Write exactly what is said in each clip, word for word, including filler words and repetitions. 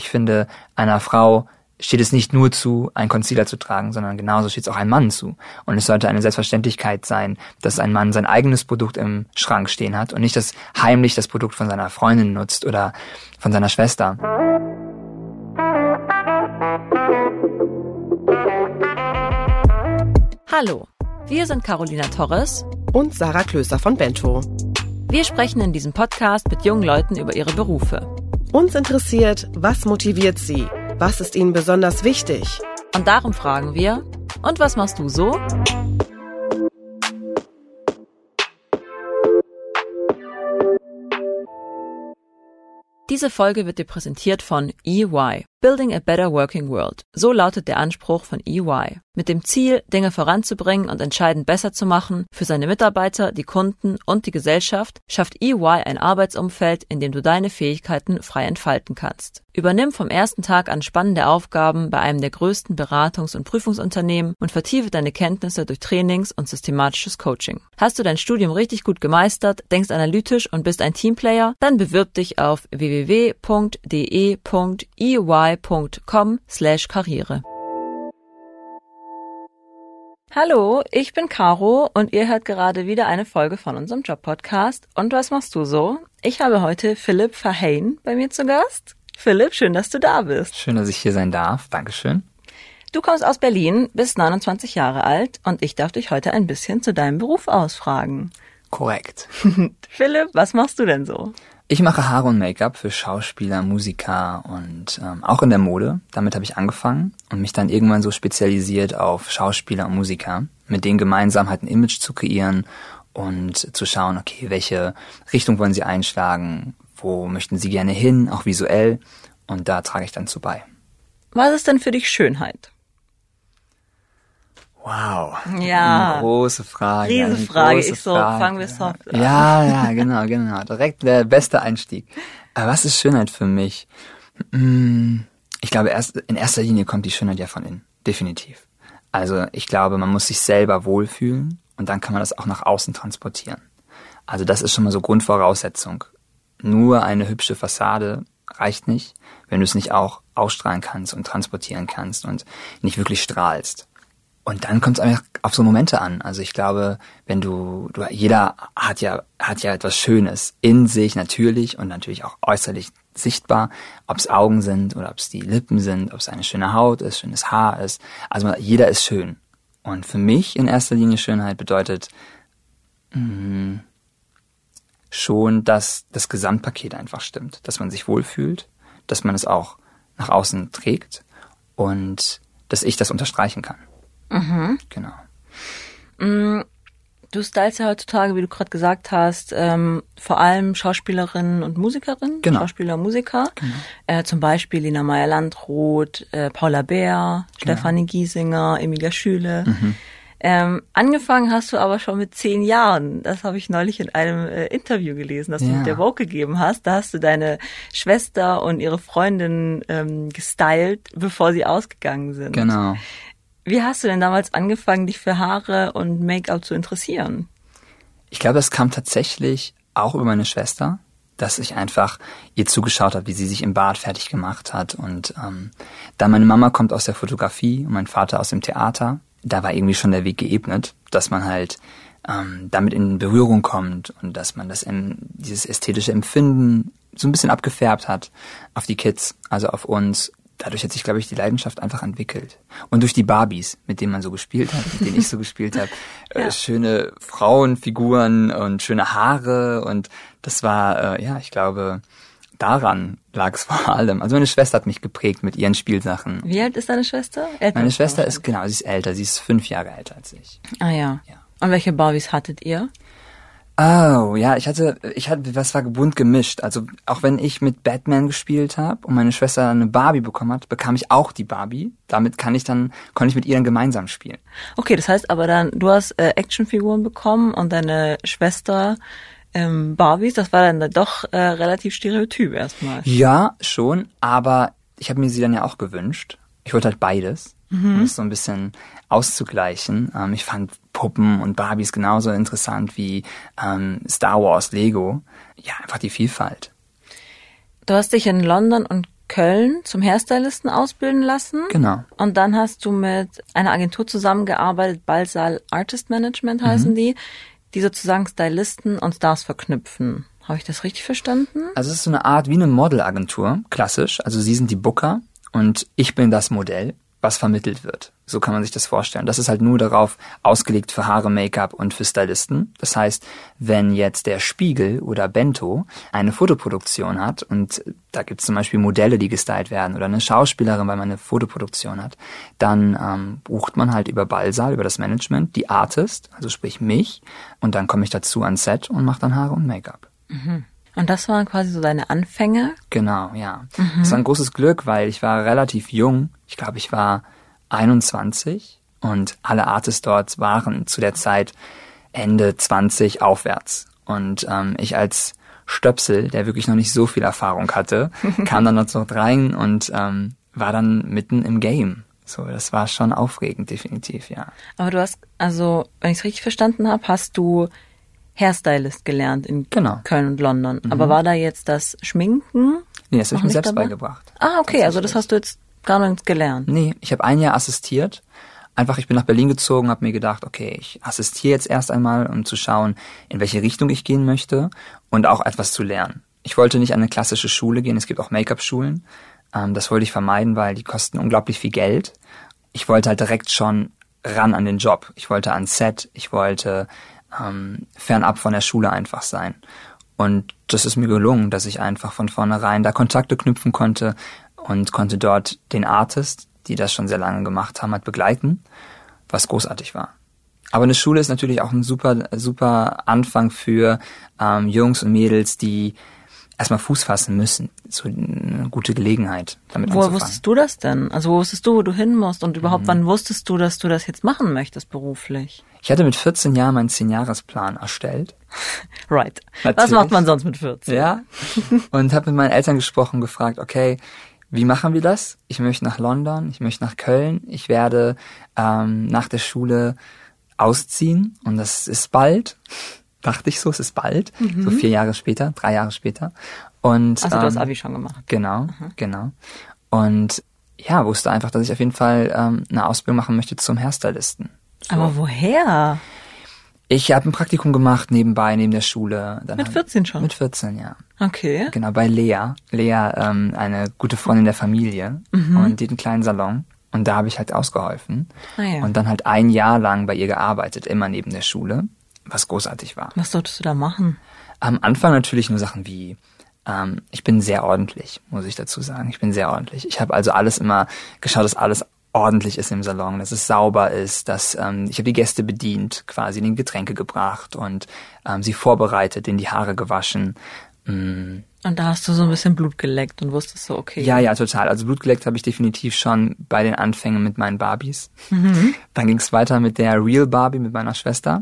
Ich finde, einer Frau steht es nicht nur zu, einen Concealer zu tragen, sondern genauso steht es auch einem Mann zu. Und es sollte eine Selbstverständlichkeit sein, dass ein Mann sein eigenes Produkt im Schrank stehen hat und nicht das heimlich das Produkt von seiner Freundin nutzt oder von seiner Schwester. Hallo, wir sind Carolina Torres und Sarah Klöser von Bento. Wir sprechen in diesem Podcast mit jungen Leuten über ihre Berufe. Uns interessiert, was motiviert sie? Was ist ihnen besonders wichtig? Und darum fragen wir, und was machst du so? Diese Folge wird dir präsentiert von E Y. Building a Better Working World. So lautet der Anspruch von E Y. Mit dem Ziel, Dinge voranzubringen und entscheidend besser zu machen, für seine Mitarbeiter, die Kunden und die Gesellschaft, schafft E Y ein Arbeitsumfeld, in dem du deine Fähigkeiten frei entfalten kannst. Übernimm vom ersten Tag an spannende Aufgaben bei einem der größten Beratungs- und Prüfungsunternehmen und vertiefe deine Kenntnisse durch Trainings und systematisches Coaching. Hast du dein Studium richtig gut gemeistert, denkst analytisch und bist ein Teamplayer? Dann bewirb dich auf w w w punkt d e punkt e y punkt com slash karriere. Hallo, ich bin Caro und ihr hört gerade wieder eine Folge von unserem Job-Podcast. Und was machst du so? Ich habe heute Philipp Verheyen bei mir zu Gast. Philipp, schön, dass du da bist. Schön, dass ich hier sein darf. Dankeschön. Du kommst aus Berlin, bist neunundzwanzig Jahre alt und ich darf dich heute ein bisschen zu deinem Beruf ausfragen. Korrekt. Philipp, was machst du denn so? Ich mache Haare und Make-up für Schauspieler, Musiker und ähm, auch in der Mode. Damit habe ich angefangen und mich dann irgendwann so spezialisiert auf Schauspieler und Musiker, mit denen gemeinsam halt ein Image zu kreieren und zu schauen, okay, welche Richtung wollen sie einschlagen, wo möchten sie gerne hin, auch visuell, und da trage ich dann zu bei. Was ist denn für dich Schönheit? Wow, ja, eine große Frage. Riesefrage, große ich so, Frage. fangen wir soft an. Ja, ja, genau, genau, direkt der beste Einstieg. Aber was ist Schönheit für mich? Ich glaube, erst in erster Linie kommt die Schönheit ja von innen, definitiv. Also ich glaube, man muss sich selber wohlfühlen und dann kann man das auch nach außen transportieren. Also das ist schon mal so Grundvoraussetzung. Nur eine hübsche Fassade reicht nicht, wenn du es nicht auch ausstrahlen kannst und transportieren kannst und nicht wirklich strahlst. Und dann kommt es einfach auf so Momente an. Also ich glaube, wenn du, du, jeder hat ja, hat ja etwas Schönes in sich natürlich und natürlich auch äußerlich sichtbar, ob es Augen sind oder ob es die Lippen sind, ob es eine schöne Haut ist, schönes Haar ist. Also jeder ist schön. Und für mich in erster Linie Schönheit bedeutet mh, schon, dass das Gesamtpaket einfach stimmt, dass man sich wohlfühlt, dass man es auch nach außen trägt und dass ich das unterstreichen kann. Mhm. Genau. Du stylst ja heutzutage, wie du gerade gesagt hast, ähm, vor allem Schauspielerinnen und Musikerinnen, genau. Schauspieler und Musiker. Genau. Äh, zum Beispiel Lena Meyer-Landrut, äh, Paula Beer, Genau. Stefanie Giesinger, Emilia Schüle. Mhm. Ähm, angefangen hast du aber schon mit zehn Jahren. Das habe ich neulich in einem äh, Interview gelesen, das ja. du mit der Vogue gegeben hast. Da hast du deine Schwester und ihre Freundin ähm, gestylt, bevor sie ausgegangen sind. Genau. Wie hast du denn damals angefangen, dich für Haare und Make-up zu interessieren? Ich glaube, das kam tatsächlich auch über meine Schwester, dass ich einfach ihr zugeschaut habe, wie sie sich im Bad fertig gemacht hat. Und ähm, da meine Mama kommt aus der Fotografie und mein Vater aus dem Theater, da war irgendwie schon der Weg geebnet, dass man halt ähm, damit in Berührung kommt und dass man das ähm, dieses ästhetische Empfinden so ein bisschen abgefärbt hat auf die Kids, also auf uns. Dadurch hat sich, glaube ich, die Leidenschaft einfach entwickelt. Und durch die Barbies, mit denen man so gespielt hat, mit denen ich so gespielt habe. Ja. Äh, schöne Frauenfiguren und schöne Haare. Und das war, äh, ja, ich glaube, daran lag es vor allem. Also meine Schwester hat mich geprägt mit ihren Spielsachen. Wie alt ist deine Schwester? Älter Meine Schwester ist, genau, sie ist älter. Sie ist fünf Jahre älter als ich. Ah ja. ja. Und welche Barbies hattet ihr? Oh, ja, ich hatte, ich hatte, was war bunt gemischt. Also auch wenn ich mit Batman gespielt habe und meine Schwester eine Barbie bekommen hat, bekam ich auch die Barbie. Damit kann ich dann, konnte ich mit ihr dann gemeinsam spielen. Okay, das heißt aber dann, du hast äh, Actionfiguren bekommen und deine Schwester ähm, Barbies. Das war dann doch äh, relativ stereotyp erstmal. Ja, schon, aber ich habe mir sie dann ja auch gewünscht. Ich wollte halt beides, mhm. um es so ein bisschen auszugleichen. Ähm, ich fand Puppen und Barbies genauso interessant wie ähm, Star Wars, Lego. Ja, einfach die Vielfalt. Du hast dich in London und Köln zum Hairstylisten ausbilden lassen. Genau. Und dann hast du mit einer Agentur zusammengearbeitet, Balsal Artist Management heißen mhm. die, die sozusagen Stylisten und Stars verknüpfen. Habe ich das richtig verstanden? Also es ist so eine Art wie eine Modelagentur, klassisch. Also sie sind die Booker und ich bin das Modell, was vermittelt wird. So kann man sich das vorstellen. Das ist halt nur darauf ausgelegt für Haare, Make-up und für Stylisten. Das heißt, wenn jetzt der Spiegel oder Bento eine Fotoproduktion hat und da gibt es zum Beispiel Modelle, die gestylt werden oder eine Schauspielerin, weil man eine Fotoproduktion hat, dann ähm, bucht man halt über Balsal, über das Management, die Artist, also sprich mich, und dann komme ich dazu ans Set und mache dann Haare und Make-up. Mhm. Und das waren quasi so deine Anfänge? Genau, ja. Mhm. Das war ein großes Glück, weil ich war relativ jung. Ich glaube, ich war einundzwanzig und alle Artists dort waren zu der Zeit Ende zwanzig aufwärts. Und ähm, ich als Stöpsel, der wirklich noch nicht so viel Erfahrung hatte, kam dann noch rein und ähm, war dann mitten im Game. So, das war schon aufregend, definitiv, ja. Aber du hast, also, wenn ich es richtig verstanden habe, hast du Hairstylist gelernt in genau. Köln und London. Mhm. Aber war da jetzt das Schminken? Nee, das habe ich mir selbst dabei? beigebracht. Ah, okay, also das hast du jetzt gar nicht gelernt. Nee, ich habe ein Jahr assistiert. Einfach, ich bin nach Berlin gezogen, habe mir gedacht, okay, ich assistiere jetzt erst einmal, um zu schauen, in welche Richtung ich gehen möchte und auch etwas zu lernen. Ich wollte nicht an eine klassische Schule gehen, es gibt auch Make-up-Schulen. Ähm, das wollte ich vermeiden, weil die kosten unglaublich viel Geld. Ich wollte halt direkt schon ran an den Job. Ich wollte ans Set, ich wollte ähm, fernab von der Schule einfach sein. Und das ist mir gelungen, dass ich einfach von vornherein da Kontakte knüpfen konnte und konnte dort den Artist, die das schon sehr lange gemacht haben, halt begleiten, was großartig war. Aber eine Schule ist natürlich auch ein super, super Anfang für ähm, Jungs und Mädels, die erstmal Fuß fassen müssen. So eine gute Gelegenheit, damit Woher anzufangen. Wusstest du das denn? Also wo wusstest du, wo du hin musst und überhaupt, mhm. wann wusstest du, dass du das jetzt machen möchtest beruflich? Ich hatte mit vierzehn Jahren meinen zehn-Jahres-Plan erstellt. Right. Natürlich. Was macht man sonst mit vierzehn? Ja. Und habe mit meinen Eltern gesprochen, gefragt, okay, wie machen wir das? Ich möchte nach London, ich möchte nach Köln. Ich werde ähm, nach der Schule ausziehen und das ist bald. Dachte ich so, es ist bald. Mhm. So vier Jahre später, drei Jahre später. Und also du hast ähm, Abi schon gemacht. Genau, mhm. genau. Und ja, wusste einfach, dass ich auf jeden Fall ähm, eine Ausbildung machen möchte zum Hairstylisten. So. Aber woher? Ich habe ein Praktikum gemacht nebenbei, neben der Schule. Dann mit vierzehn schon? Mit vierzehn, ja. Okay. Genau, bei Lea. Lea, ähm, eine gute Freundin der Familie. Mhm. Und die hat einen kleinen Salon. Und da habe ich halt ausgeholfen. Ah, ja. Und dann halt ein Jahr lang bei ihr gearbeitet, immer neben der Schule, was großartig war. Was solltest du da machen? Am Anfang natürlich nur Sachen wie, ähm, ich bin sehr ordentlich, muss ich dazu sagen. Ich bin sehr ordentlich. Ich habe also alles immer geschaut, dass alles ordentlich ist im Salon, dass es sauber ist, dass ähm, ich habe die Gäste bedient, quasi in die Getränke gebracht und ähm, sie vorbereitet, in die Haare gewaschen. Mm. Und da hast du so ein bisschen Blut geleckt und wusstest so, okay. Ja, ja, total. Also Blut geleckt habe ich definitiv schon bei den Anfängen mit meinen Barbies. Mhm. Dann ging es weiter mit der Real Barbie, mit meiner Schwester.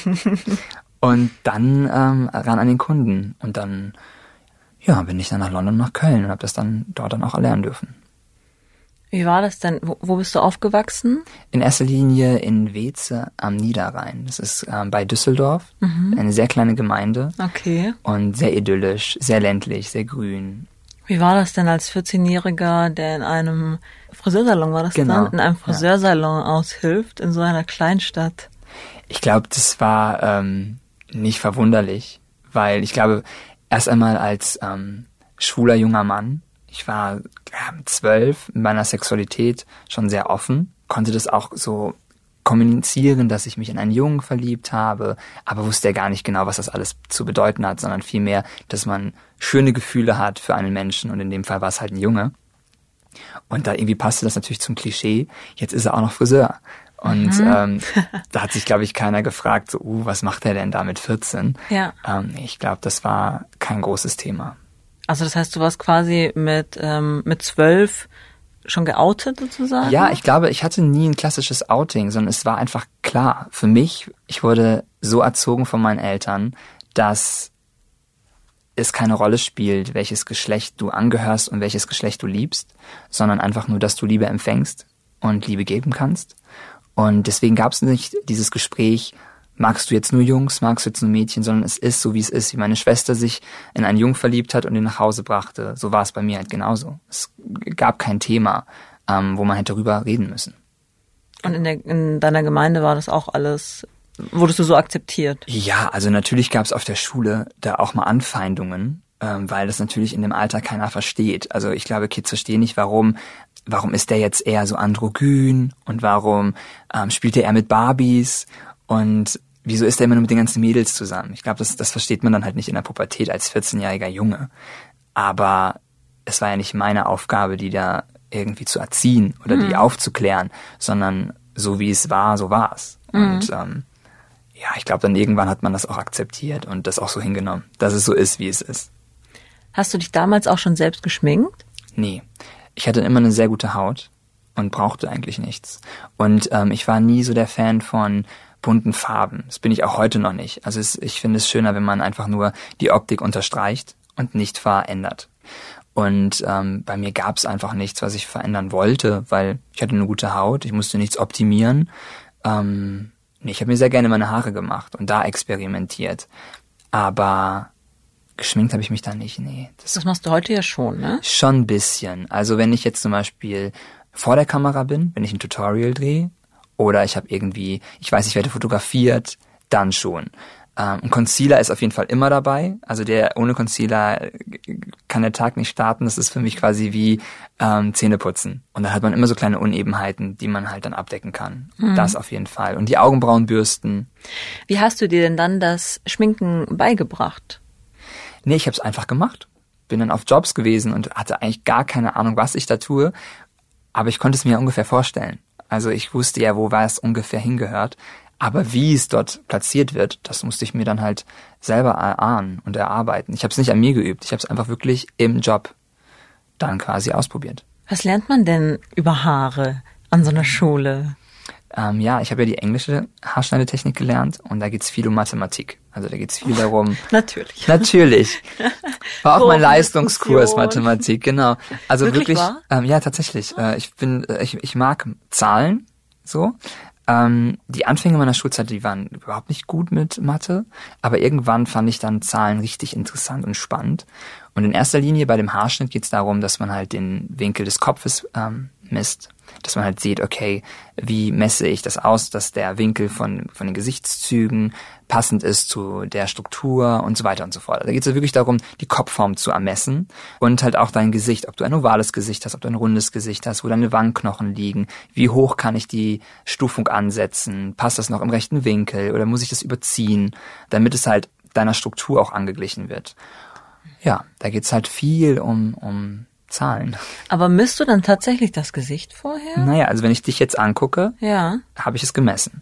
Und dann ähm, ran an den Kunden. Und dann ja, bin ich dann nach London, nach Köln und habe das dann dort dann auch erlernen dürfen. Wie war das denn? Wo, wo bist du aufgewachsen? In erster Linie in Weeze am Niederrhein. Das ist ähm, bei Düsseldorf, mhm. eine sehr kleine Gemeinde. Okay. Und sehr idyllisch, sehr ländlich, sehr grün. Wie war das denn als vierzehnjähriger, der in einem Friseursalon, war das genau. dann? In einem Friseursalon ja. aushilft, in so einer Kleinstadt? Ich glaube, das war ähm, nicht verwunderlich, weil ich glaube, erst einmal als ähm, schwuler junger Mann, ich war ja, zwölf, in meiner Sexualität schon sehr offen, konnte das auch so kommunizieren, dass ich mich in einen Jungen verliebt habe, aber wusste ja gar nicht genau, was das alles zu bedeuten hat, sondern vielmehr, dass man schöne Gefühle hat für einen Menschen und in dem Fall war es halt ein Junge. Und da irgendwie passte das natürlich zum Klischee, jetzt ist er auch noch Friseur. Und mhm. ähm, da hat sich, glaube ich, keiner gefragt, so, uh, was macht er denn da mit vierzehn? Ja. Ähm, ich glaube, das war kein großes Thema. Also das heißt, du warst quasi mit ähm, mit zwölf schon geoutet sozusagen? Ja, ich glaube, ich hatte nie ein klassisches Outing, sondern es war einfach klar. Für mich, ich wurde so erzogen von meinen Eltern, dass es keine Rolle spielt, welches Geschlecht du angehörst und welches Geschlecht du liebst, sondern einfach nur, dass du Liebe empfängst und Liebe geben kannst. Und deswegen gab es nicht dieses Gespräch, magst du jetzt nur Jungs, magst du jetzt nur Mädchen, sondern es ist so, wie es ist. Wie meine Schwester sich in einen Jungen verliebt hat und ihn nach Hause brachte, so war es bei mir halt genauso. Es gab kein Thema, ähm, wo man hätte darüber reden müssen. Und in, der, in deiner Gemeinde war das auch alles, wurdest du so akzeptiert? Ja, also natürlich gab es auf der Schule da auch mal Anfeindungen, ähm, weil das natürlich in dem Alter keiner versteht. Also ich glaube, Kids verstehen nicht, warum warum ist der jetzt eher so androgyn und warum ähm, spielt er eher mit Barbies und wieso ist er immer nur mit den ganzen Mädels zusammen? Ich glaube, das, das versteht man dann halt nicht in der Pubertät als vierzehnjähriger Junge. Aber es war ja nicht meine Aufgabe, die da irgendwie zu erziehen oder mhm. die aufzuklären, sondern so wie es war, so war es. Mhm. Und ähm, ja, ich glaube, dann irgendwann hat man das auch akzeptiert und das auch so hingenommen, dass es so ist, wie es ist. Hast du dich damals auch schon selbst geschminkt? Nee. Ich hatte immer eine sehr gute Haut und brauchte eigentlich nichts. Und ähm, ich war nie so der Fan von bunten Farben. Das bin ich auch heute noch nicht. Also es, ich finde es schöner, wenn man einfach nur die Optik unterstreicht und nicht verändert. Und ähm, bei mir gab es einfach nichts, was ich verändern wollte, weil ich hatte eine gute Haut, ich musste nichts optimieren. Ähm, nee, ich habe mir sehr gerne meine Haare gemacht und da experimentiert. Aber geschminkt habe ich mich da nicht, nee. Das, das machst du heute ja schon, ne? Schon ein bisschen. Also wenn ich jetzt zum Beispiel vor der Kamera bin, wenn ich ein Tutorial drehe, oder ich habe irgendwie, ich weiß, ich werde fotografiert, dann schon. Ähm, ein Concealer ist auf jeden Fall immer dabei. Also der ohne Concealer kann der Tag nicht starten. Das ist für mich quasi wie ähm, Zähneputzen. Und da hat man immer so kleine Unebenheiten, die man halt dann abdecken kann. Mhm. Das auf jeden Fall. Und die Augenbrauen bürsten. Wie hast du dir denn dann das Schminken beigebracht? Nee, ich habe es einfach gemacht. Bin dann auf Jobs gewesen und hatte eigentlich gar keine Ahnung, was ich da tue. Aber ich konnte es mir ungefähr vorstellen. Also ich wusste ja, wo was ungefähr hingehört. Aber wie es dort platziert wird, das musste ich mir dann halt selber erahnen und erarbeiten. Ich habe es nicht an mir geübt. Ich habe es einfach wirklich im Job dann quasi ausprobiert. Was lernt man denn über Haare an so einer Schule? Ähm, ja, ich habe ja die englische Haarschneidetechnik gelernt und da geht's viel um Mathematik. Also da geht's viel darum. Natürlich. Natürlich. War auch mein Leistungskurs Mathematik, genau. Also wirklich, wirklich wahr? Ähm, ja, tatsächlich. Äh, ich bin, äh, ich, ich mag Zahlen so. Ähm, die Anfänge meiner Schulzeit, die waren überhaupt nicht gut mit Mathe, aber irgendwann fand ich dann Zahlen richtig interessant und spannend. Und in erster Linie bei dem Haarschnitt geht's darum, dass man halt den Winkel des Kopfes ähm, misst. Dass man halt sieht, okay, wie messe ich das aus, dass der Winkel von von den Gesichtszügen passend ist zu der Struktur und so weiter und so fort. Da geht es ja wirklich darum, die Kopfform zu ermessen und halt auch dein Gesicht, ob du ein ovales Gesicht hast, ob du ein rundes Gesicht hast, wo deine Wangenknochen liegen, wie hoch kann ich die Stufung ansetzen, passt das noch im rechten Winkel oder muss ich das überziehen, damit es halt deiner Struktur auch angeglichen wird. Ja, da geht's halt viel um um Zahlen. Aber misst du dann tatsächlich das Gesicht vorher? Naja, also wenn ich dich jetzt angucke, ja, habe ich es gemessen.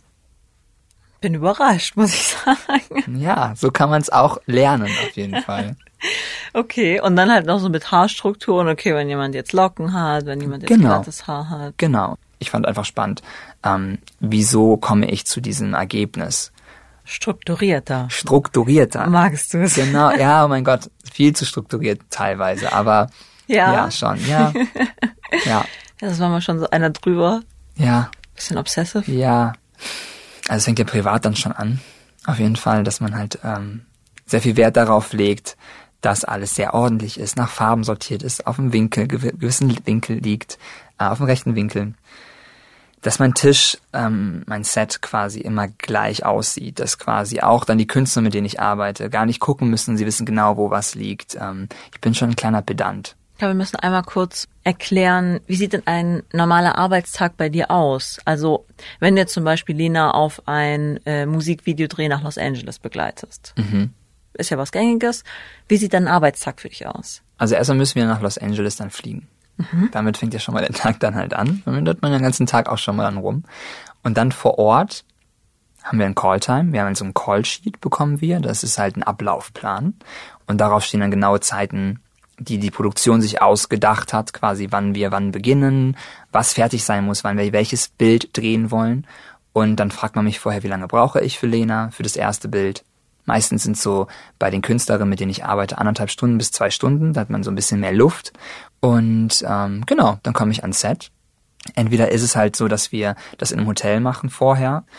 Bin überrascht, muss ich sagen. Ja, so kann man es auch lernen auf jeden Fall. Okay, und dann halt noch so mit Haarstrukturen. Okay, wenn jemand jetzt Locken hat, wenn jemand jetzt genau. glattes Haar hat. Genau. Ich fand einfach spannend, ähm, wieso komme ich zu diesem Ergebnis? Strukturierter. Strukturierter. Magst du es? Genau, ja, oh mein Gott, viel zu strukturiert teilweise, aber ja, ja schon, ja. ja. Das war mal schon so einer drüber. Ja. Bisschen obsessive. Ja. Also es fängt ja privat dann schon an, auf jeden Fall, dass man halt ähm, sehr viel Wert darauf legt, dass alles sehr ordentlich ist, nach Farben sortiert ist, auf dem Winkel, gew- gewissen Winkel liegt, äh, auf dem rechten Winkel. Dass mein Tisch, ähm, mein Set quasi immer gleich aussieht, dass quasi auch dann die Künstler, mit denen ich arbeite, gar nicht gucken müssen, sie wissen genau, wo was liegt. Ähm, ich bin schon ein kleiner Pedant. Ich glaube, wir müssen einmal kurz erklären, wie sieht denn ein normaler Arbeitstag bei dir aus? Also, wenn du jetzt zum Beispiel Lena auf ein äh, Musikvideodreh nach Los Angeles begleitest, mhm. ist ja was Gängiges. Wie sieht dein Arbeitstag für dich aus? Also erstmal müssen wir nach Los Angeles dann fliegen. Mhm. Damit fängt ja schon mal der Tag dann halt an. Dann hört man den ganzen Tag auch schon mal dann rum. Und dann vor Ort haben wir einen Calltime. Wir haben so einen Callsheet bekommen wir. Das ist halt ein Ablaufplan. Und darauf stehen dann genaue Zeiten, die die Produktion sich ausgedacht hat, quasi wann wir wann beginnen, was fertig sein muss, wann wir welches Bild drehen wollen. Und dann fragt man mich vorher, wie lange brauche ich für Lena, für das erste Bild. Meistens sind so bei den Künstlerinnen, mit denen ich arbeite, anderthalb Stunden bis zwei Stunden. Da hat man so ein bisschen mehr Luft. Und ähm, genau, dann komme ich ans Set. Entweder ist es halt so, dass wir das in einem Hotel machen vorher.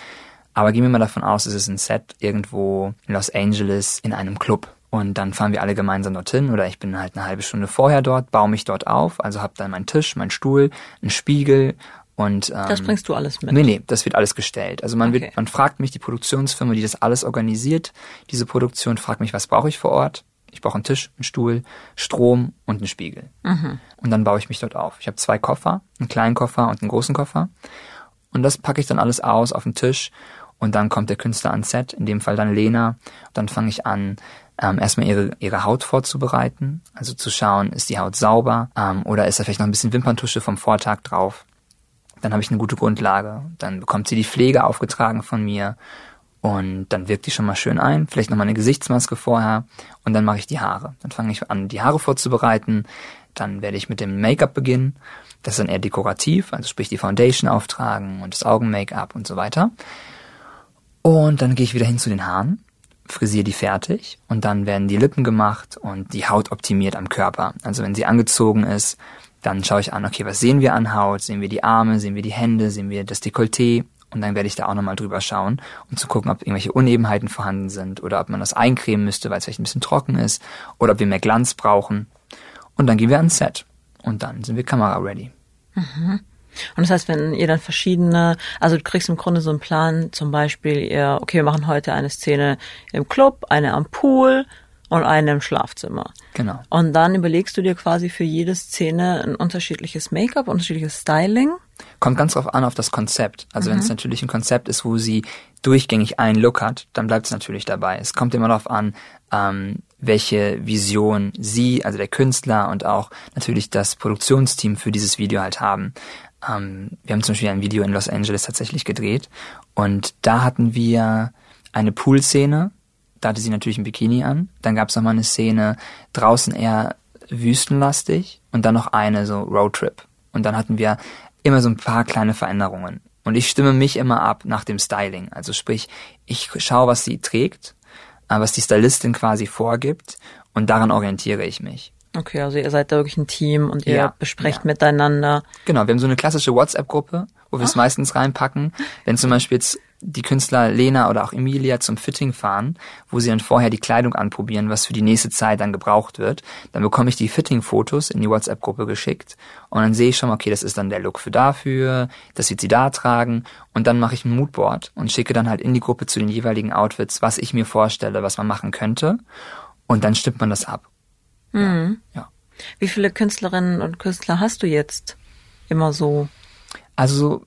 Aber gehen wir mal davon aus, es ist ein Set irgendwo in Los Angeles in einem Club. Und dann fahren wir alle gemeinsam dorthin oder ich bin halt eine halbe Stunde vorher dort, baue mich dort auf, also habe dann meinen Tisch, meinen Stuhl, einen Spiegel und ähm, das bringst du alles mit? Nee, nee, das wird alles gestellt. Also man Okay. wird, man fragt mich, die Produktionsfirma, die das alles organisiert, diese Produktion, fragt mich, was brauche ich vor Ort? Ich brauche einen Tisch, einen Stuhl, Strom und einen Spiegel. Mhm. Und dann baue ich mich dort auf. Ich habe zwei Koffer, einen kleinen Koffer und einen großen Koffer. Und das packe ich dann alles aus auf den Tisch und dann kommt der Künstler ans Set, in dem Fall dann Lena. Dann fange ich an, ähm, erstmal ihre ihre Haut vorzubereiten, also zu schauen, ist die Haut sauber ähm, oder ist da vielleicht noch ein bisschen Wimperntusche vom Vortag drauf. Dann habe ich eine gute Grundlage. Dann bekommt sie die Pflege aufgetragen von mir und dann wirkt die schon mal schön ein. Vielleicht nochmal eine Gesichtsmaske vorher und dann mache ich die Haare. Dann fange ich an, die Haare vorzubereiten. Dann werde ich mit dem Make-up beginnen. Das ist dann eher dekorativ, also sprich die Foundation auftragen und das Augen-Make-up und so weiter. Und dann gehe ich wieder hin zu den Haaren, frisiere die fertig und dann werden die Lippen gemacht und die Haut optimiert am Körper. Also wenn sie angezogen ist, dann schaue ich an, okay, was sehen wir an Haut? Sehen wir die Arme, sehen wir die Hände, sehen wir das Dekolleté? Und dann werde ich da auch nochmal drüber schauen, um zu gucken, ob irgendwelche Unebenheiten vorhanden sind oder ob man das eincremen müsste, weil es vielleicht ein bisschen trocken ist oder ob wir mehr Glanz brauchen. Und dann gehen wir ans Set und dann sind wir Kamera-ready. Mhm. Und das heißt, wenn ihr dann verschiedene, also du kriegst im Grunde so einen Plan, zum Beispiel, ihr, okay, wir machen heute eine Szene im Club, eine am Pool und eine im Schlafzimmer. Genau. Und dann überlegst du dir quasi für jede Szene ein unterschiedliches Make-up, unterschiedliches Styling. Kommt ganz drauf an, auf das Konzept. Also mhm. wenn es natürlich ein Konzept ist, wo sie durchgängig einen Look hat, dann bleibt es natürlich dabei. Es kommt immer darauf an, ähm, welche Vision sie, also der Künstler und auch natürlich das Produktionsteam für dieses Video halt haben. Ähm, wir haben zum Beispiel ein Video in Los Angeles tatsächlich gedreht und da hatten wir eine Pool-Szene. Da hatte sie natürlich ein Bikini an. Dann gab es nochmal eine Szene draußen eher wüstenlastig und dann noch eine so Roadtrip. Und dann hatten wir immer so ein paar kleine Veränderungen. Und ich stimme mich immer ab nach dem Styling. Also sprich, ich schaue, was sie trägt, was die Stylistin quasi vorgibt und daran orientiere ich mich. Okay, also ihr seid da wirklich ein Team und ihr ja, besprecht ja. miteinander. Genau, wir haben so eine klassische WhatsApp-Gruppe, wo wir es meistens reinpacken. Wenn zum Beispiel jetzt die Künstler Lena oder auch Emilia zum Fitting fahren, wo sie dann vorher die Kleidung anprobieren, was für die nächste Zeit dann gebraucht wird, dann bekomme ich die Fitting-Fotos in die WhatsApp-Gruppe geschickt und dann sehe ich schon, okay, das ist dann der Look für dafür, das wird sie da tragen und dann mache ich ein Moodboard und schicke dann halt in die Gruppe zu den jeweiligen Outfits, was ich mir vorstelle, was man machen könnte und dann stimmt man das ab. Mhm. Ja. Ja. Wie viele Künstlerinnen und Künstler hast du jetzt immer so? Also,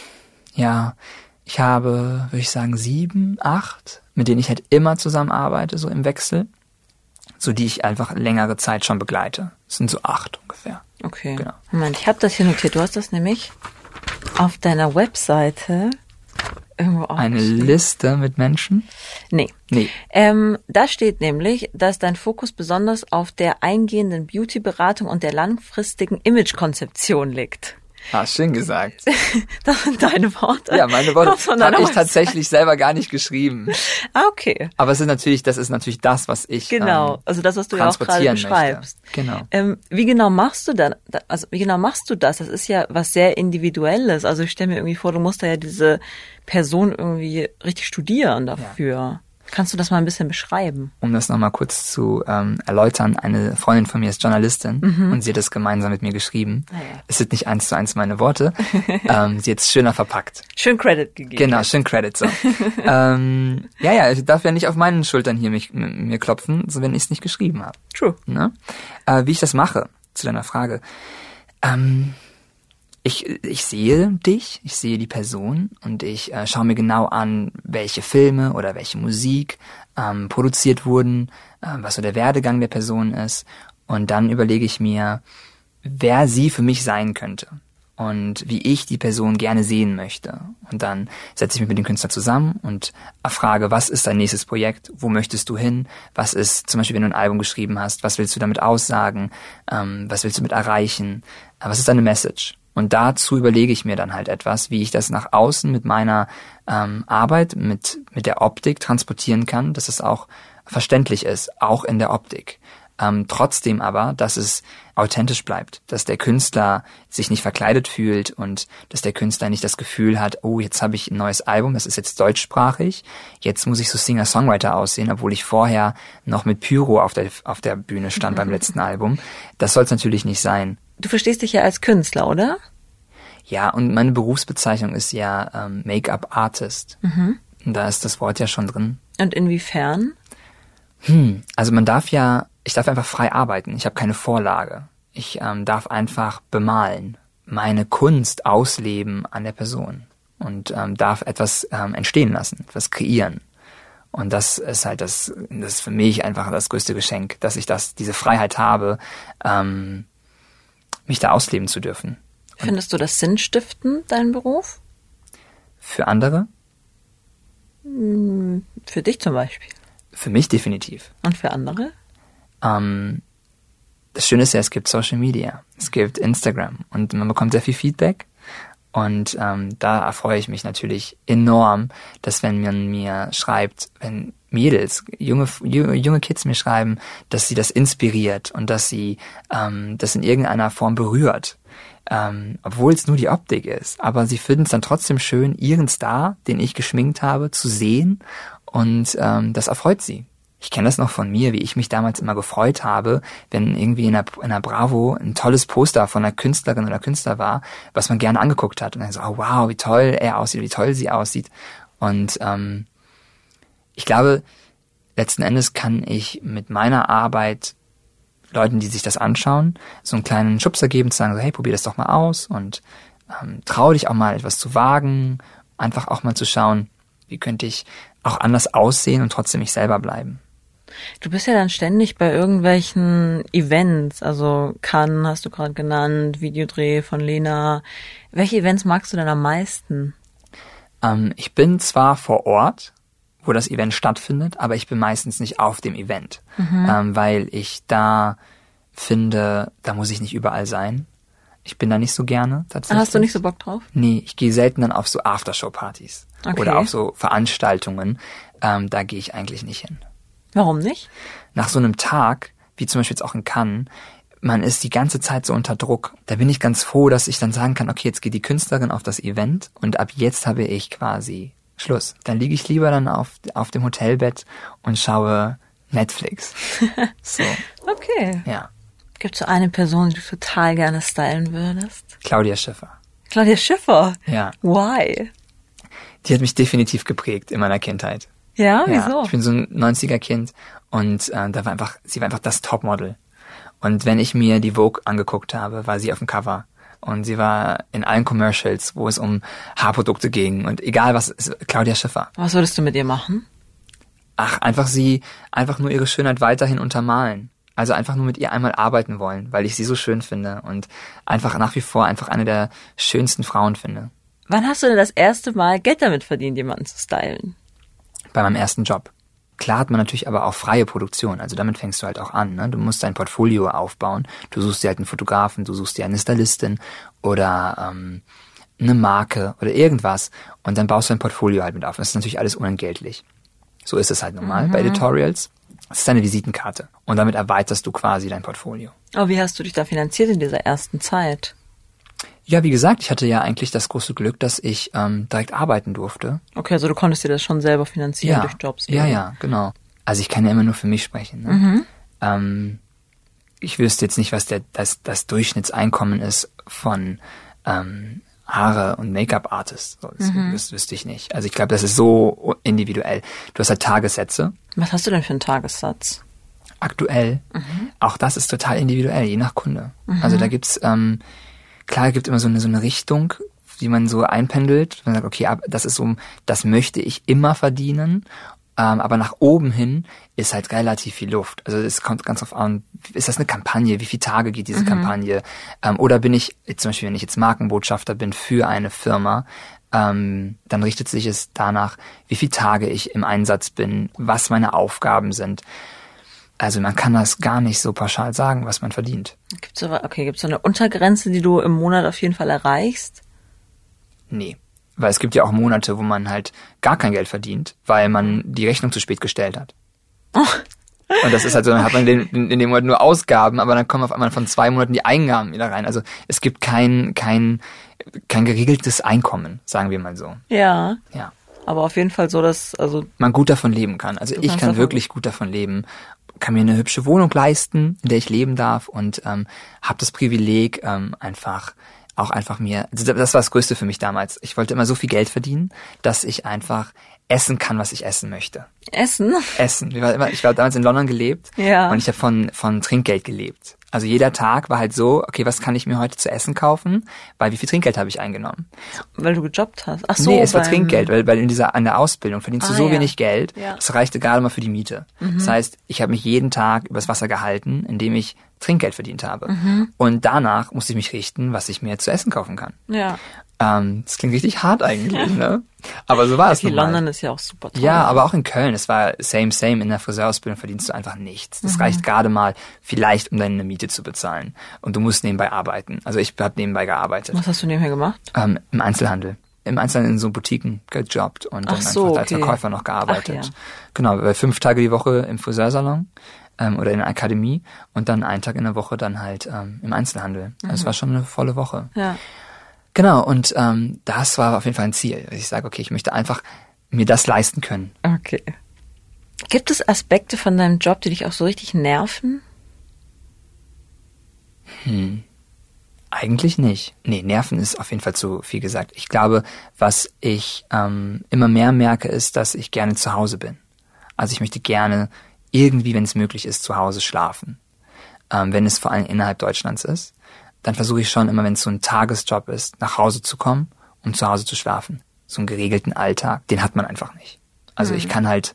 ja, ich habe, würde ich sagen, sieben, acht, mit denen ich halt immer zusammenarbeite, so im Wechsel, so die ich einfach längere Zeit schon begleite. Das sind so acht ungefähr. Okay. Genau. Moment, ich habe das hier notiert. Du hast das nämlich auf deiner Webseite irgendwo Eine aufgeschrieben. Liste mit Menschen? Nee. Nee. Ähm, da steht nämlich, dass dein Fokus besonders auf der eingehenden Beauty-Beratung und der langfristigen Image-Konzeption liegt. Ah, schön gesagt. Das sind deine Worte. Ja, meine Worte Kommst von habe deiner ich Website. tatsächlich selber gar nicht geschrieben. Ah, okay. Aber es ist natürlich, das ist natürlich das, was ich Genau, ähm, also das, was du ja auch gerade transportieren beschreibst. möchte. Genau. Ähm, wie genau machst du dann, also wie genau machst du das? Das ist ja was sehr Individuelles. Also ich stelle mir irgendwie vor, du musst da ja diese Person irgendwie richtig studieren dafür. Ja. Kannst du das mal ein bisschen beschreiben? Um das nochmal kurz zu ähm, erläutern, eine Freundin von mir ist Journalistin mhm. und sie hat es gemeinsam mit mir geschrieben. Ah, ja. Es sind nicht eins zu eins meine Worte. ähm, sie hat es schöner verpackt. Schön Credit gegeben. Genau, schön Credit. So. ähm, ja, ja, ich darf ja nicht auf meinen Schultern hier mich, m- mir klopfen, so wenn ich es nicht geschrieben habe. True. Ne? Äh, wie ich das mache, zu deiner Frage. Ähm, Ich, ich sehe dich, ich sehe die Person und ich äh, schaue mir genau an, welche Filme oder welche Musik ähm, produziert wurden, äh, was so der Werdegang der Person ist und dann überlege ich mir, wer sie für mich sein könnte und wie ich die Person gerne sehen möchte. Und dann setze ich mich mit dem Künstler zusammen und frage, was ist dein nächstes Projekt, wo möchtest du hin, was ist, zum Beispiel wenn du ein Album geschrieben hast, was willst du damit aussagen, ähm, was willst du damit erreichen, äh, was ist deine Message? Und dazu überlege ich mir dann halt etwas, wie ich das nach außen mit meiner ähm, Arbeit, mit mit der Optik transportieren kann, dass es auch verständlich ist, auch in der Optik. Ähm, trotzdem aber, dass es authentisch bleibt, dass der Künstler sich nicht verkleidet fühlt und dass der Künstler nicht das Gefühl hat, oh, jetzt habe ich ein neues Album, das ist jetzt deutschsprachig, jetzt muss ich so Singer-Songwriter aussehen, obwohl ich vorher noch mit Pyro auf der auf der Bühne stand beim letzten Album. Das soll es natürlich nicht sein. Du verstehst dich ja als Künstler, oder? Ja, und meine Berufsbezeichnung ist ja ähm, Make-up-Artist. Mhm. Und da ist das Wort ja schon drin. Und inwiefern? Hm, also man darf ja, ich darf einfach frei arbeiten. Ich habe keine Vorlage. Ich ähm, darf einfach bemalen, meine Kunst ausleben an der Person und ähm, darf etwas ähm, entstehen lassen, etwas kreieren. Und das ist halt das, das ist für mich einfach das größte Geschenk, dass ich das, diese Freiheit habe, ähm, mich da ausleben zu dürfen. Und findest du das sinnstiftend, dein Beruf? für andere? Für dich zum Beispiel. Für mich definitiv. Und für andere? Ähm, das Schöne ist ja, es gibt Social Media, es gibt Instagram und man bekommt sehr viel Feedback. Und ähm, da erfreue ich mich natürlich enorm, dass wenn man mir schreibt, wenn Mädels, junge junge Kids mir schreiben, dass sie das inspiriert und dass sie ähm, das in irgendeiner Form berührt, ähm, obwohl es nur die Optik ist. Aber sie finden es dann trotzdem schön, ihren Star, den ich geschminkt habe, zu sehen und ähm, das erfreut sie. Ich kenne das noch von mir, wie ich mich damals immer gefreut habe, wenn irgendwie in der, in der Bravo ein tolles Poster von einer Künstlerin oder Künstler war, was man gerne angeguckt hat. Und dann so, oh wow, wie toll er aussieht, wie toll sie aussieht. Und ähm, ich glaube, letzten Endes kann ich mit meiner Arbeit Leuten, die sich das anschauen, so einen kleinen Schubser geben, zu sagen, so, hey, probier das doch mal aus und ähm, trau dich auch mal etwas zu wagen, einfach auch mal zu schauen, wie könnte ich auch anders aussehen und trotzdem ich selber bleiben. Du bist ja dann ständig bei irgendwelchen Events, also Cannes hast du gerade genannt, Videodreh von Lena. Welche Events magst du denn am meisten? Ähm, ich bin zwar vor Ort, wo das Event stattfindet, aber ich bin meistens nicht auf dem Event, mhm. ähm, weil ich da finde, da muss ich nicht überall sein. Ich bin da nicht so gerne tatsächlich. Hast du nicht so Bock drauf? Nee, ich gehe selten dann auf so Aftershow-Partys okay. oder auf so Veranstaltungen. Ähm, da gehe ich eigentlich nicht hin. Warum nicht? Nach so einem Tag, wie zum Beispiel jetzt auch in Cannes, man ist die ganze Zeit so unter Druck. Da bin ich ganz froh, dass ich dann sagen kann, okay, jetzt geht die Künstlerin auf das Event und ab jetzt habe ich quasi Schluss. Dann liege ich lieber dann auf, auf dem Hotelbett und schaue Netflix. So. Okay. Ja. Gibt es so eine Person, die du total gerne stylen würdest? Claudia Schiffer. Claudia Schiffer? Ja. Why? Die hat mich definitiv geprägt in meiner Kindheit. Ja, ja, wieso? Ich bin so ein neunziger-Kind und äh, da war einfach, sie war einfach das Topmodel. Und wenn ich mir die Vogue angeguckt habe, war sie auf dem Cover. Und sie war in allen Commercials, wo es um Haarprodukte ging. Und egal was, Claudia Schiffer. Was würdest du mit ihr machen? Ach, einfach sie, einfach nur ihre Schönheit weiterhin untermalen. Also einfach nur mit ihr einmal arbeiten wollen, weil ich sie so schön finde. Und einfach nach wie vor einfach eine der schönsten Frauen finde. Wann hast du denn das erste Mal Geld damit verdient, jemanden zu stylen? Bei meinem ersten Job. Klar hat man natürlich aber auch freie Produktion, also damit fängst du halt auch an, ne? Du musst dein Portfolio aufbauen, du suchst dir halt einen Fotografen, du suchst dir eine Stylistin oder ähm, eine Marke oder irgendwas und dann baust du dein Portfolio halt mit auf. Das ist natürlich alles unentgeltlich. So ist es halt normal mhm. bei Editorials. Das ist deine Visitenkarte und damit erweiterst du quasi dein Portfolio. Aber wie hast du dich da finanziert in dieser ersten Zeit? Ja, wie gesagt, ich hatte ja eigentlich das große Glück, dass ich ähm, direkt arbeiten durfte. Okay, also du konntest dir das schon selber finanzieren ja, durch Jobs. Ja, ja, genau. Also ich kann ja immer nur für mich sprechen. Ne? Mhm. Ähm, ich wüsste jetzt nicht, was der, das, das Durchschnittseinkommen ist von ähm, Haare- und Make-up-Artists. So, das, mhm. das wüsste ich nicht. Also ich glaube, das ist so individuell. Du hast halt Tagessätze. Was hast du denn für einen Tagessatz? Aktuell. Mhm. Auch das ist total individuell, je nach Kunde. Mhm. Also da gibt's ähm, klar, es gibt immer so eine, so eine Richtung, die man so einpendelt. Man sagt, okay, das ist so, das möchte ich immer verdienen. Ähm, aber nach oben hin ist halt relativ viel Luft. Also es kommt ganz drauf an, ist das eine Kampagne? Wie viele Tage geht diese mhm. Kampagne? Ähm, oder bin ich, zum Beispiel, wenn ich jetzt Markenbotschafter bin für eine Firma, ähm, dann richtet sich es danach, wie viele Tage ich im Einsatz bin, was meine Aufgaben sind. Also man kann das gar nicht so pauschal sagen, was man verdient. Gibt's so, okay, gibt's so eine Untergrenze, die du im Monat auf jeden Fall erreichst? Nee, weil es gibt ja auch Monate, wo man halt gar kein Geld verdient, weil man die Rechnung zu spät gestellt hat. Oh, Und das ist halt so, dann hat man in, in, in dem Monat nur Ausgaben, aber dann kommen auf einmal von zwei Monaten die Eingaben wieder rein. Also es gibt kein, kein, kein geregeltes Einkommen, sagen wir mal so. Ja. Ja. Aber auf jeden Fall so, dass, also. Man gut davon leben kann. Also ich kann wirklich gut davon leben. Kann mir eine hübsche Wohnung leisten, in der ich leben darf und ähm, habe das Privileg, ähm, einfach auch einfach mir, also das war das Größte für mich damals. Ich wollte immer so viel Geld verdienen, dass ich einfach essen kann, was ich essen möchte. Essen? Essen. Ich war, immer, ich war damals in London gelebt ja. und ich habe von von Trinkgeld gelebt. Also jeder Tag war halt so, okay, was kann ich mir heute zu essen kaufen? Weil wie viel Trinkgeld habe ich eingenommen? Weil du gejobbt hast. Ach so. Nee, es war Trinkgeld, weil, weil in dieser an der Ausbildung verdienst du ah, so ja. wenig Geld, ja. das reichte gerade mal für die Miete. Mhm. Das heißt, ich habe mich jeden Tag übers Wasser gehalten, indem ich Trinkgeld verdient habe. Mhm. Und danach musste ich mich richten, was ich mir zu essen kaufen kann. Ja. Ähm, das klingt richtig hart eigentlich, ja. ne? Aber so war es. Okay, London ist ja auch super toll. Ja, aber auch in Köln, es war same, same. In der Friseurausbildung verdienst du einfach nichts. Das mhm. reicht gerade mal vielleicht, um deine Miete zu bezahlen. Und du musst nebenbei arbeiten. Also ich habe nebenbei gearbeitet. Was hast du nebenher gemacht? Ähm, Im Einzelhandel. Im Einzelhandel in so Boutiquen gejobbt und dann so, einfach als okay. Verkäufer noch gearbeitet. Ach, ja. Genau, fünf Tage die Woche im Friseursalon ähm, oder in der Akademie und dann einen Tag in der Woche dann halt ähm, im Einzelhandel. Mhm. Also es war schon eine volle Woche. Ja. Genau, und ähm, das war auf jeden Fall ein Ziel. Ich sage, okay, ich möchte einfach mir das leisten können. Okay. Gibt es Aspekte von deinem Job, die dich auch so richtig nerven? Hm. Eigentlich nicht. Nee, nerven ist auf jeden Fall zu viel gesagt. Ich glaube, was ich ähm, immer mehr merke, ist, dass ich gerne zu Hause bin. Also ich möchte gerne irgendwie, wenn es möglich ist, zu Hause schlafen. Ähm, wenn es vor allem innerhalb Deutschlands ist. Dann versuche ich schon immer, wenn es so ein Tagesjob ist, nach Hause zu kommen und zu Hause zu schlafen. So einen geregelten Alltag, den hat man einfach nicht. Also mhm. ich kann halt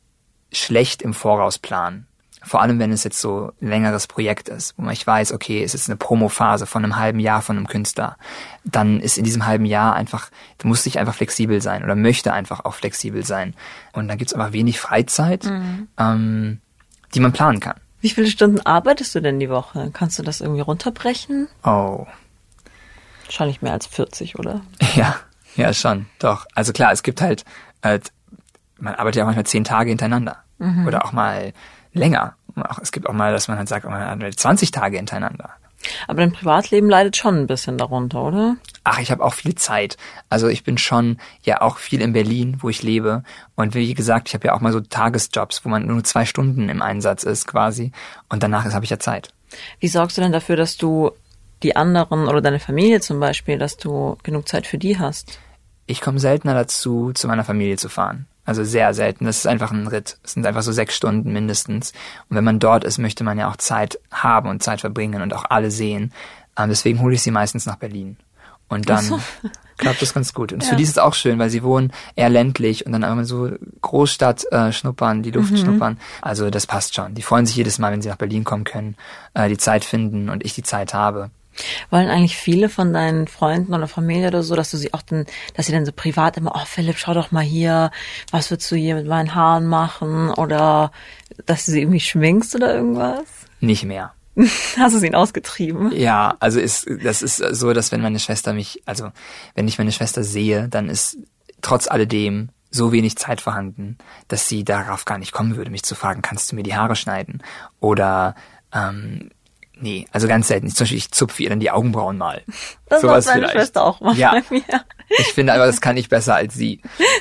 schlecht im Voraus planen. Vor allem, wenn es jetzt so ein längeres Projekt ist, wo man ich weiß, okay, es ist eine Promophase von einem halben Jahr von einem Künstler. Dann ist in diesem halben Jahr einfach, da muss ich einfach flexibel sein oder möchte einfach auch flexibel sein. Und dann gibt's einfach wenig Freizeit, mhm. ähm, die man planen kann. Wie viele Stunden arbeitest du denn die Woche? Kannst du das irgendwie runterbrechen? Oh. Wahrscheinlich mehr als vierzig, oder? Ja, ja schon, doch. Also klar, es gibt halt, halt man arbeitet ja auch manchmal zehn Tage hintereinander. Mhm. Oder auch mal länger. Auch, es gibt auch mal, dass man halt sagt, man arbeitet zwanzig Tage hintereinander. Aber dein Privatleben leidet schon ein bisschen darunter, oder? Ach, ich habe auch viel Zeit. Also ich bin schon ja auch viel in Berlin, wo ich lebe. Und wie gesagt, ich habe ja auch mal so Tagesjobs, wo man nur zwei Stunden im Einsatz ist quasi. Und danach habe ich ja Zeit. Wie sorgst du denn dafür, dass du die anderen oder deine Familie zum Beispiel, dass du genug Zeit für die hast? Ich komme seltener dazu, zu meiner Familie zu fahren. Also sehr selten. Das ist einfach ein Ritt. Es sind einfach so sechs Stunden mindestens. Und wenn man dort ist, möchte man ja auch Zeit haben und Zeit verbringen und auch alle sehen. Ähm, deswegen hole ich sie meistens nach Berlin. Und dann so. klappt das ganz gut. Und ja. für die ist es auch schön, weil sie wohnen eher ländlich und dann einmal so Großstadt äh, schnuppern, die Luft mhm. schnuppern. Also das passt schon. Die freuen sich jedes Mal, wenn sie nach Berlin kommen können, äh, die Zeit finden und ich die Zeit habe. Wollen eigentlich viele von deinen Freunden oder Familie oder so, dass du sie auch dann, dass sie dann so privat immer, oh Philipp, schau doch mal hier, was würdest du hier mit meinen Haaren machen? Oder dass du sie irgendwie schminkst oder irgendwas? Nicht mehr. Hast du sie ausgetrieben? Ja, also ist das ist so, dass wenn meine Schwester mich, also wenn ich meine Schwester sehe, dann ist trotz alledem so wenig Zeit vorhanden, dass sie darauf gar nicht kommen würde, mich zu fragen, kannst du mir die Haare schneiden? Oder ähm, nee, also ganz selten. Zum Beispiel, ich zupfe ihr dann die Augenbrauen mal. Das macht meine Schwester auch mal ja. bei mir. Ich finde aber, das kann ich besser als sie.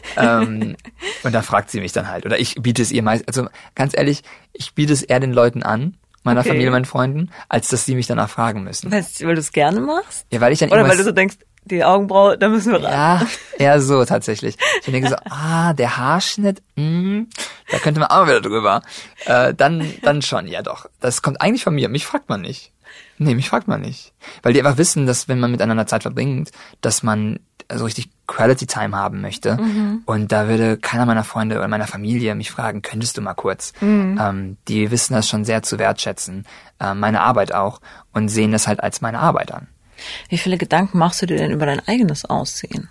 ähm, und da fragt sie mich dann halt. Oder ich biete es ihr meist, also ganz ehrlich, ich biete es eher den Leuten an, meiner okay. Familie, meinen Freunden, als dass sie mich danach fragen müssen. Weil, weil du es gerne machst? Ja, weil ich dann Oder weil du so denkst, die Augenbraue, da müssen wir ran. Ja, eher so tatsächlich. Ich denke so, ah, der Haarschnitt, mh, da könnte man auch mal wieder drüber. Äh, dann, dann schon, ja doch. Das kommt eigentlich von mir. Mich fragt man nicht. Nee, mich fragt man nicht. Weil die einfach wissen, dass wenn man miteinander Zeit verbringt, dass man so richtig Quality Time haben möchte. Mhm. Und da würde keiner meiner Freunde oder meiner Familie mich fragen, könntest du mal kurz? Mhm. Ähm, die wissen das schon sehr zu wertschätzen. Äh, meine Arbeit auch. Und sehen das halt als meine Arbeit an. Wie viele Gedanken machst du dir denn über dein eigenes Aussehen?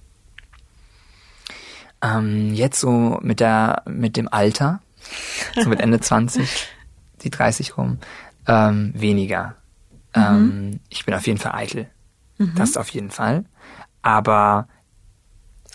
Ähm, jetzt so mit der, mit dem Alter, so mit Ende zwanzig, die dreißig rum, ähm, weniger. Mhm. Ähm, ich bin auf jeden Fall eitel. Mhm. Das auf jeden Fall. Aber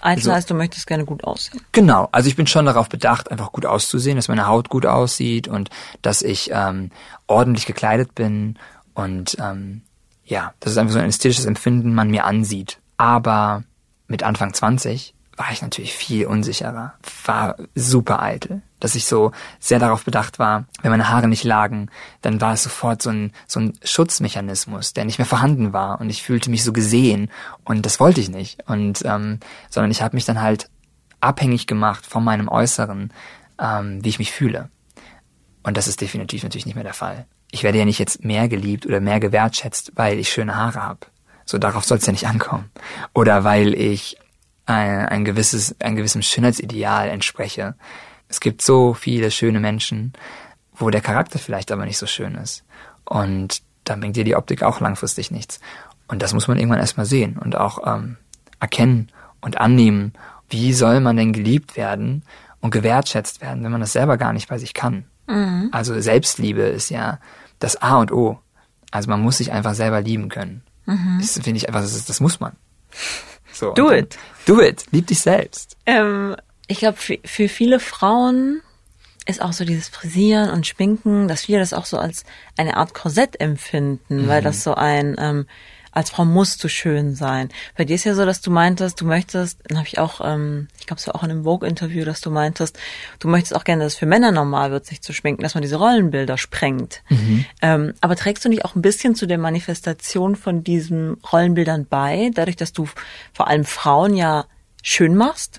Eitel so, heißt, du möchtest gerne gut aussehen. Genau, also ich bin schon darauf bedacht, einfach gut auszusehen, dass meine Haut gut aussieht und dass ich ähm, ordentlich gekleidet bin und ähm, ja, das ist einfach so ein ästhetisches Empfinden, man mir ansieht. Aber mit Anfang zwanzig war ich natürlich viel unsicherer, war super eitel, dass ich so sehr darauf bedacht war, wenn meine Haare nicht lagen, dann war es sofort so ein so ein Schutzmechanismus, der nicht mehr vorhanden war und ich fühlte mich so gesehen und das wollte ich nicht und ähm, sondern ich habe mich dann halt abhängig gemacht von meinem Äußeren, ähm, wie ich mich fühle und das ist definitiv natürlich nicht mehr der Fall. Ich werde ja nicht jetzt mehr geliebt oder mehr gewertschätzt, weil ich schöne Haare habe. So darauf soll es ja nicht ankommen oder weil ich ein, ein gewisses, ein gewissem Schönheitsideal entspreche. Es gibt so viele schöne Menschen, wo der Charakter vielleicht aber nicht so schön ist. Und dann bringt dir die Optik auch langfristig nichts. Und das muss man irgendwann erstmal sehen und auch ähm, erkennen und annehmen. Wie soll man denn geliebt werden und gewertschätzt werden, wenn man das selber gar nicht bei sich kann? Mhm. Also Selbstliebe ist ja das A und O. Also man muss sich einfach selber lieben können. Mhm. Das finde ich einfach, das, ist, das muss man. So, do dann, it. Do it. Lieb dich selbst. Ähm, ich glaube, für, für viele Frauen ist auch so dieses Frisieren und Schminken, dass viele das auch so als eine Art Korsett empfinden, mhm. weil das so ein, ähm, als Frau musst du schön sein. Bei dir ist ja so, dass du meintest, du möchtest, dann habe ich auch, ähm, ich glaube, es war auch in einem Vogue-Interview, dass du meintest, du möchtest auch gerne, dass es für Männer normal wird, sich zu schminken, dass man diese Rollenbilder sprengt. Mhm. Ähm, aber trägst du nicht auch ein bisschen zu der Manifestation von diesen Rollenbildern bei, dadurch, dass du vor allem Frauen ja schön machst?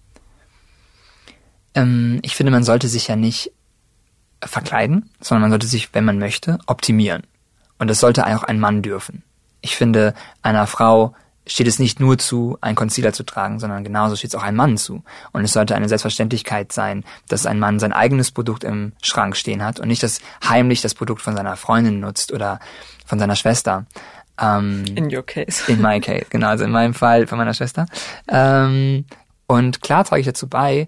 Ähm, ich finde, man sollte sich ja nicht verkleiden, sondern man sollte sich, wenn man möchte, optimieren. Und das sollte auch ein Mann dürfen. Ich finde, einer Frau steht es nicht nur zu, einen Concealer zu tragen, sondern genauso steht es auch einem Mann zu. Und es sollte eine Selbstverständlichkeit sein, dass ein Mann sein eigenes Produkt im Schrank stehen hat und nicht das heimlich das Produkt von seiner Freundin nutzt oder von seiner Schwester. Ähm, in your case. In my case, genau, also in meinem Fall von meiner Schwester. Ähm, und klar trage ich dazu bei,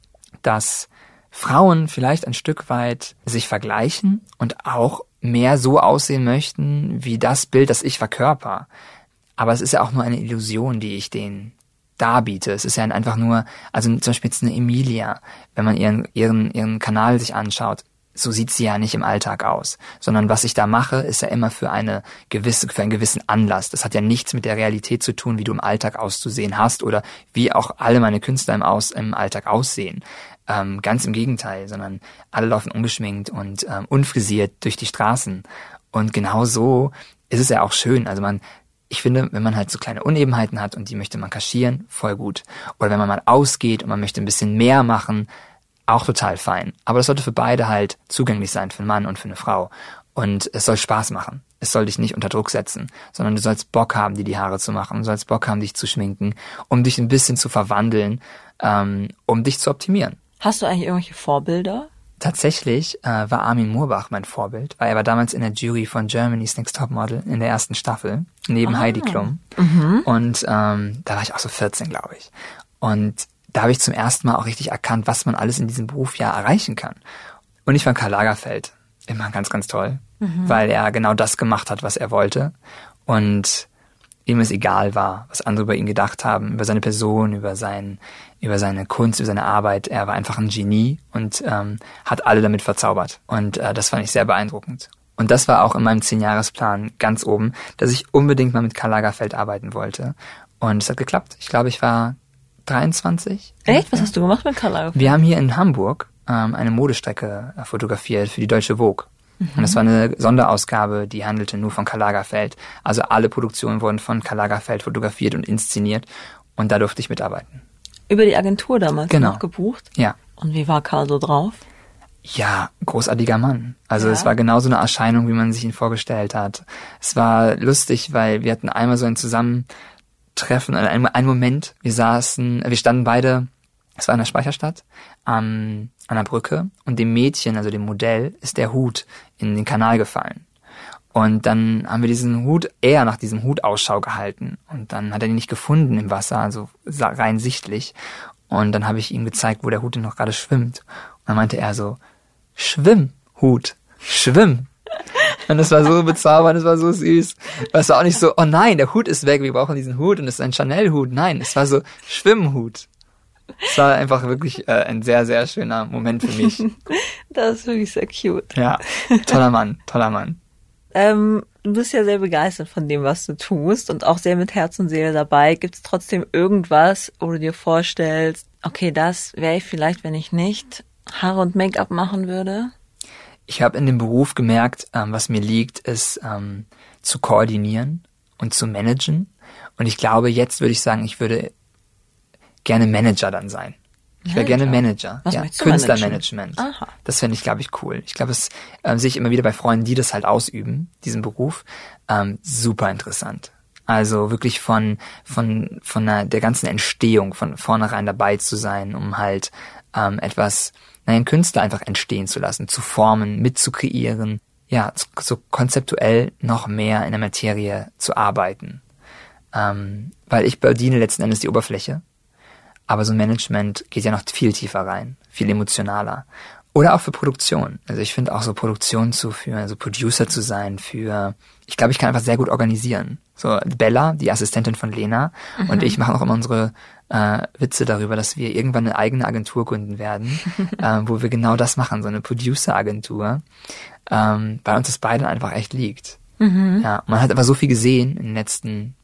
dass Frauen vielleicht ein Stück weit sich vergleichen und auch mehr so aussehen möchten, wie das Bild, das ich verkörper. Aber es ist ja auch nur eine Illusion, die ich denen darbiete. Es ist ja einfach nur, also zum Beispiel jetzt eine Emilia, wenn man ihren, ihren, ihren Kanal sich anschaut, so sieht sie ja nicht im Alltag aus, sondern was ich da mache, ist ja immer für eine gewisse, für einen gewissen Anlass. Das hat ja nichts mit der Realität zu tun, wie du im Alltag auszusehen hast oder wie auch alle meine Künstler im, Aus, im Alltag aussehen. Ähm, ganz im Gegenteil, sondern alle laufen ungeschminkt und ähm, unfrisiert durch die Straßen. Und genau so ist es ja auch schön. Also man, ich finde, wenn man halt so kleine Unebenheiten hat und die möchte man kaschieren, voll gut. Oder wenn man mal ausgeht und man möchte ein bisschen mehr machen, auch total fein. Aber das sollte für beide halt zugänglich sein, für einen Mann und für eine Frau. Und es soll Spaß machen. Es soll dich nicht unter Druck setzen, sondern du sollst Bock haben, dir die Haare zu machen. Du sollst Bock haben, dich zu schminken, um dich ein bisschen zu verwandeln, ähm, um dich zu optimieren. Hast du eigentlich irgendwelche Vorbilder? Tatsächlich äh, war Armin Murbach mein Vorbild, weil er war damals in der Jury von Germany's Next Topmodel in der ersten Staffel, neben ah. Heidi Klum. Mhm. Und ähm, da war ich auch so vierzehn, glaube ich. Und da habe ich zum ersten Mal auch richtig erkannt, was man alles in diesem Beruf ja erreichen kann. Und ich fand Karl Lagerfeld immer ganz, ganz toll, mhm. weil er genau das gemacht hat, was er wollte. Und ihm es egal war, was andere über ihn gedacht haben, über seine Person, über sein, über seine Kunst, über seine Arbeit. Er war einfach ein Genie und ähm, hat alle damit verzaubert. Und äh, das fand ich sehr beeindruckend. Und das war auch in meinem Zehn-Jahres-Plan ganz oben, dass ich unbedingt mal mit Karl Lagerfeld arbeiten wollte. Und es hat geklappt. Ich glaube, ich war dreiundzwanzig. Echt? Was hast du gemacht mit Karl Lagerfeld? Wir haben hier in Hamburg ähm, eine Modestrecke äh, fotografiert für die Deutsche Vogue. Mhm. Und das war eine Sonderausgabe, die handelte nur von Karl Lagerfeld. Also alle Produktionen wurden von Karl Lagerfeld fotografiert und inszeniert. Und da durfte ich mitarbeiten. Über die Agentur damals genau. noch gebucht? Ja. Und wie war Karl so drauf? Ja, großartiger Mann. Also ja. es war genau so eine Erscheinung, wie man sich ihn vorgestellt hat. Es war lustig, weil wir hatten einmal so ein Zusammentreffen, einen, einen Moment. Wir saßen, wir standen beide, es war in der Speicherstadt, ähm, an der Brücke und dem Mädchen, also dem Modell, ist der Hut in den Kanal gefallen. Und dann haben wir diesen Hut, eher nach diesem Hut Ausschau gehalten. Und dann hat er ihn nicht gefunden im Wasser, also rein sichtlich. Und dann habe ich ihm gezeigt, wo der Hut denn noch gerade schwimmt. Und dann meinte er so, schwimm, Hut, schwimm. Und das war so bezaubernd, das war so süß. Es war auch nicht so, oh nein, der Hut ist weg, wir brauchen diesen Hut und es ist ein Chanel-Hut. Nein, es war so Schwimmhut. Es war einfach wirklich äh, ein sehr, sehr schöner Moment für mich. Das ist wirklich sehr cute. Ja, toller Mann, toller Mann. Ähm, du bist ja sehr begeistert von dem, was du tust und auch sehr mit Herz und Seele dabei. Gibt es trotzdem irgendwas, wo du dir vorstellst, okay, das wäre ich vielleicht, wenn ich nicht Haare und Make-up machen würde? Ich habe in dem Beruf gemerkt, ähm, was mir liegt, ist ähm, zu koordinieren und zu managen. Und ich glaube, jetzt würde ich sagen, ich würde gerne Manager dann sein. Ich wäre gerne Manager. Was ja, möchtest du Künstlermanagement. Aha. Das fände ich, glaube ich, cool. Ich glaube, das ähm, sehe ich immer wieder bei Freunden, die das halt ausüben, diesen Beruf. Ähm, super interessant. Also wirklich von von von der, der ganzen Entstehung, von vornherein dabei zu sein, um halt ähm, etwas, naja, einen Künstler einfach entstehen zu lassen, zu formen, mitzukreieren. Ja, so, so konzeptuell noch mehr in der Materie zu arbeiten. Ähm, weil ich bediene letzten Endes die Oberfläche. Aber so ein Management geht ja noch viel tiefer rein, viel emotionaler. Oder auch für Produktion. Also ich finde auch so Produktion zu führen, also Producer zu sein für, ich glaube, ich kann einfach sehr gut organisieren. So Bella, die Assistentin von Lena, mhm. und ich machen auch immer unsere äh, Witze darüber, dass wir irgendwann eine eigene Agentur gründen werden, äh, wo wir genau das machen, so eine Producer-Agentur, ähm, weil uns das beide einfach echt liegt. Mhm. Ja, man hat aber so viel gesehen in den letzten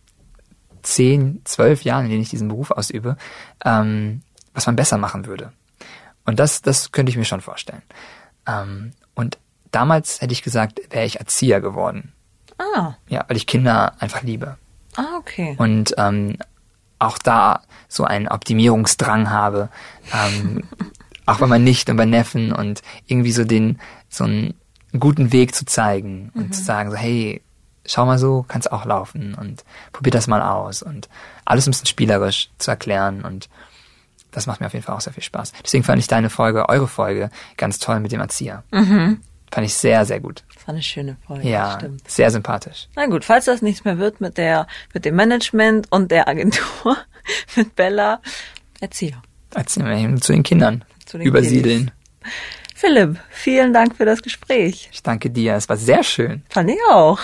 zehn, zwölf Jahren, in denen ich diesen Beruf ausübe, ähm, was man besser machen würde. Und das, das könnte ich mir schon vorstellen. Ähm, und damals hätte ich gesagt, wäre ich Erzieher geworden. Ah. Ja, weil ich Kinder einfach liebe. Ah, okay. Und ähm, auch da so einen Optimierungsdrang habe, ähm, auch bei meinen Nichten und bei Neffen und irgendwie so den, so einen guten Weg zu zeigen und mhm. zu sagen so, hey, schau mal so, kann's auch laufen und probier das mal aus und alles ein bisschen spielerisch zu erklären und das macht mir auf jeden Fall auch sehr viel Spaß. Deswegen fand ich deine Folge, eure Folge, ganz toll mit dem Erzieher. Mhm. Fand ich sehr, sehr gut. Das war eine schöne Folge. Ja, stimmt. Sehr sympathisch. Na gut, falls das nichts mehr wird mit der, mit dem Management und der Agentur, mit Bella, Erzieher. Erzieher zu den Kindern. Zu den Übersiedeln. Kiddies. Philipp, vielen Dank für das Gespräch. Ich danke dir, es war sehr schön. Fand ich auch.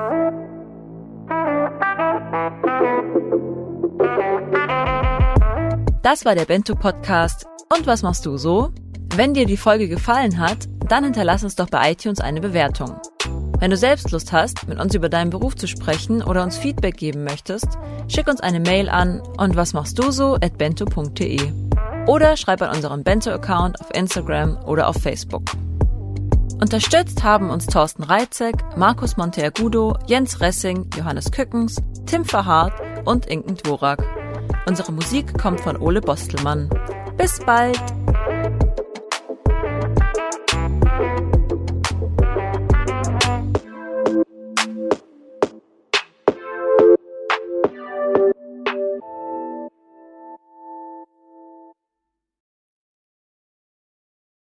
Das war der Bento-Podcast. Und was machst du so? Wenn dir die Folge gefallen hat, dann hinterlass uns doch bei iTunes eine Bewertung. Wenn du selbst Lust hast, mit uns über deinen Beruf zu sprechen oder uns Feedback geben möchtest, schick uns eine Mail an und was machst du so at bento punkt de oder schreib an unseren Bento-Account auf Instagram oder auf Facebook. Unterstützt haben uns Thorsten Reitzek, Markus Monteagudo, Jens Ressing, Johannes Kückens, Tim Verhardt und Inken Dvorak. Unsere Musik kommt von Ole Bostelmann. Bis bald!